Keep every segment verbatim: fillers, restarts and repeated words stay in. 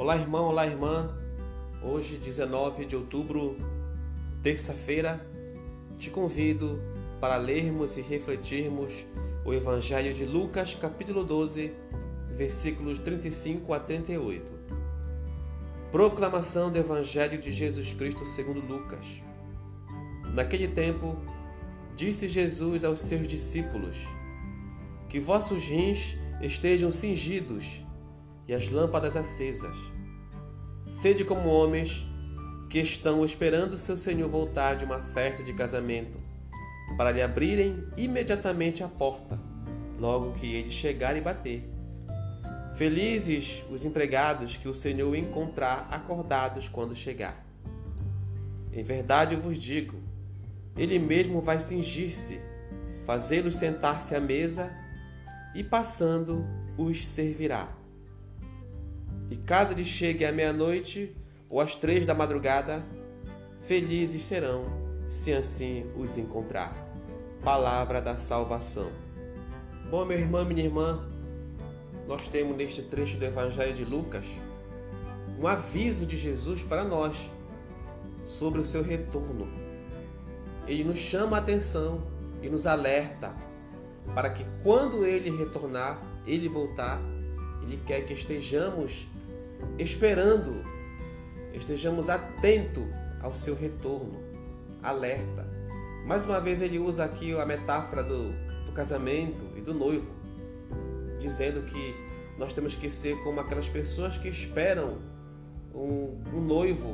Olá, irmão, olá, irmã. Hoje, dezenove de outubro, terça-feira, te convido para lermos e refletirmos o Evangelho de Lucas, capítulo doze, versículos trinta e cinco a trinta e oito. Proclamação do Evangelho de Jesus Cristo segundo Lucas. Naquele tempo, disse Jesus aos seus discípulos: que vossos rins estejam cingidos e as lâmpadas acesas. Sede como homens que estão esperando seu Senhor voltar de uma festa de casamento, para lhe abrirem imediatamente a porta, logo que ele chegar e bater. Felizes os empregados que o Senhor encontrar acordados quando chegar. Em verdade eu vos digo, ele mesmo vai cingir-se, fazê-los sentar-se à mesa e, passando, os servirá. E caso lhe chegue à meia-noite ou às três da madrugada, felizes serão, se assim os encontrar. Palavra da salvação. Bom, meu irmão, minha irmã, nós temos neste trecho do Evangelho de Lucas um aviso de Jesus para nós sobre o seu retorno. Ele nos chama a atenção e nos alerta para que quando ele retornar, ele voltar, ele quer que estejamos esperando, estejamos atentos ao seu retorno, alerta. Mais uma vez ele usa aqui a metáfora do, do casamento e do noivo, dizendo que nós temos que ser como aquelas pessoas que esperam um, um noivo,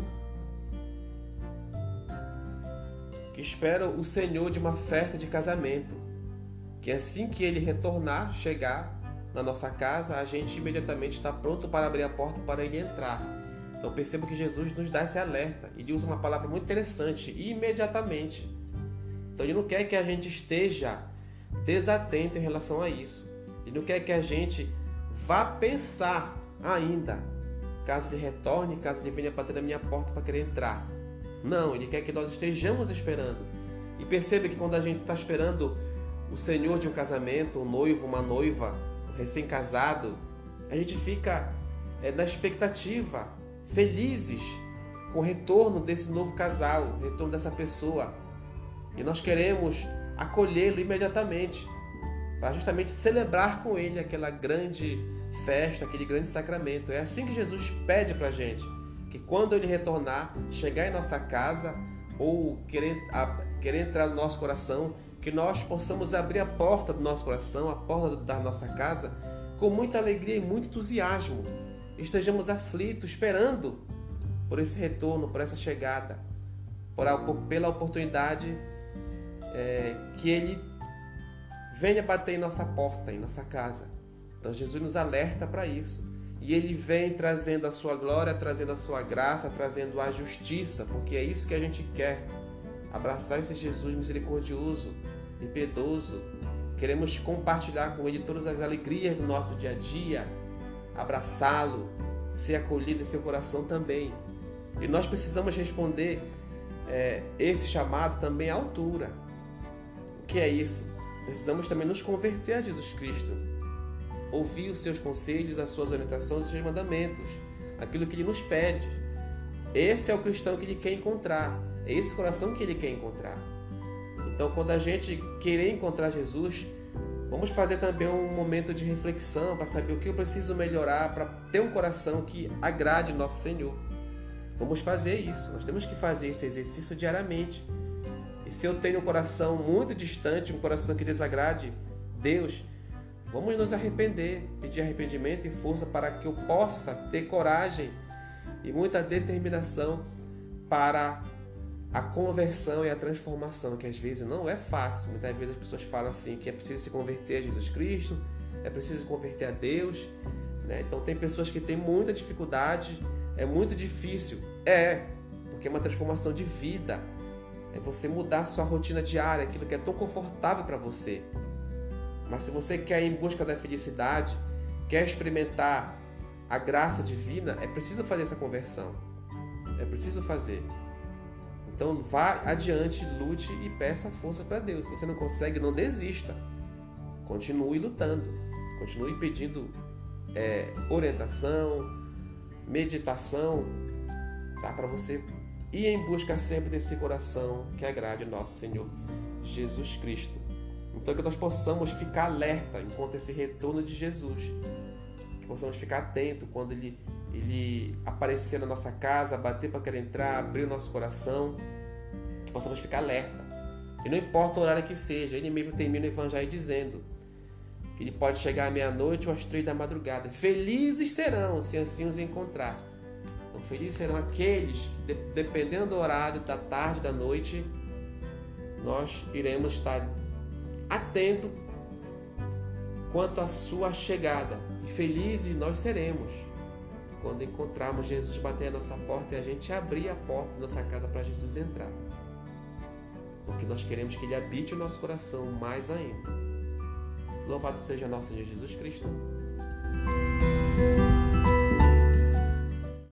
que esperam o Senhor de uma festa de casamento, que assim que ele retornar, chegar na nossa casa, a gente imediatamente está pronto para abrir a porta para ele entrar. Então perceba que Jesus nos dá esse alerta. Ele usa uma palavra muito interessante, imediatamente. Então ele não quer que a gente esteja desatento em relação a isso. Ele não quer que a gente vá pensar ainda, caso ele retorne, caso ele venha bater na minha porta para querer entrar. Não, ele quer que nós estejamos esperando. E perceba que quando a gente está esperando o Senhor de um casamento, um noivo, uma noiva, um recém-casado, a gente fica é, na expectativa, felizes com o retorno desse novo casal, o retorno dessa pessoa. E nós queremos acolhê-lo imediatamente, para justamente celebrar com ele aquela grande festa, aquele grande sacramento. É assim que Jesus pede para a gente, que quando ele retornar, chegar em nossa casa ou querer, a, querer entrar no nosso coração, que nós possamos abrir a porta do nosso coração, a porta da nossa casa, com muita alegria e muito entusiasmo. Estejamos aflitos, esperando por esse retorno, por essa chegada, por a, por, pela oportunidade é, que ele venha bater em nossa porta, em nossa casa. Então Jesus nos alerta para isso. E ele vem trazendo a sua glória, trazendo a sua graça, trazendo a justiça, porque é isso que a gente quer. Abraçar esse Jesus misericordioso e piedoso. Queremos compartilhar com ele todas as alegrias do nosso dia a dia, abraçá-lo, ser acolhido em seu coração também. E nós precisamos responder é, esse chamado também à altura. O que é isso? Precisamos também nos converter a Jesus Cristo, ouvir os seus conselhos, as suas orientações, os seus mandamentos, aquilo que ele nos pede. Esse é o cristão que ele quer encontrar, é esse coração que ele quer encontrar. Então, quando a gente querer encontrar Jesus, vamos fazer também um momento de reflexão para saber o que eu preciso melhorar para ter um coração que agrade nosso Senhor. Vamos fazer isso, nós temos que fazer esse exercício diariamente. E se eu tenho um coração muito distante, um coração que desagrade Deus, vamos nos arrepender, pedir arrependimento e força para que eu possa ter coragem e muita determinação para a conversão e a transformação, que às vezes não é fácil. Muitas vezes as pessoas falam assim, que é preciso se converter a Jesus Cristo, é preciso se converter a Deus, né? Então tem pessoas que têm muita dificuldade, é muito difícil. É, porque é uma transformação de vida, é você mudar a sua rotina diária, aquilo que é tão confortável para você. Mas se você quer ir em busca da felicidade, quer experimentar a graça divina, é preciso fazer essa conversão. É preciso fazer. Então vá adiante, lute e peça força para Deus. Se você não consegue, não desista. Continue lutando. Continue pedindo é, orientação, meditação, tá? Para você ir em busca sempre desse coração que agrade o nosso Senhor Jesus Cristo. Então que nós possamos ficar alerta enquanto esse retorno de Jesus, que possamos ficar atento quando ele, ele aparecer na nossa casa, bater para querer entrar, abrir o nosso coração, que possamos ficar alerta. E não importa o horário que seja, ele mesmo termina o Evangelho dizendo que ele pode chegar à meia-noite ou às três da madrugada. Felizes serão se assim os encontrar. Então, felizes serão aqueles que, dependendo do horário, da tarde, da noite, nós iremos estar atentos quanto à sua chegada. E felizes nós seremos quando encontrarmos Jesus bater a nossa porta e a gente abrir a porta da nossa casa para Jesus entrar. Porque nós queremos que Ele habite o nosso coração mais ainda. Louvado seja nosso Senhor Jesus Cristo.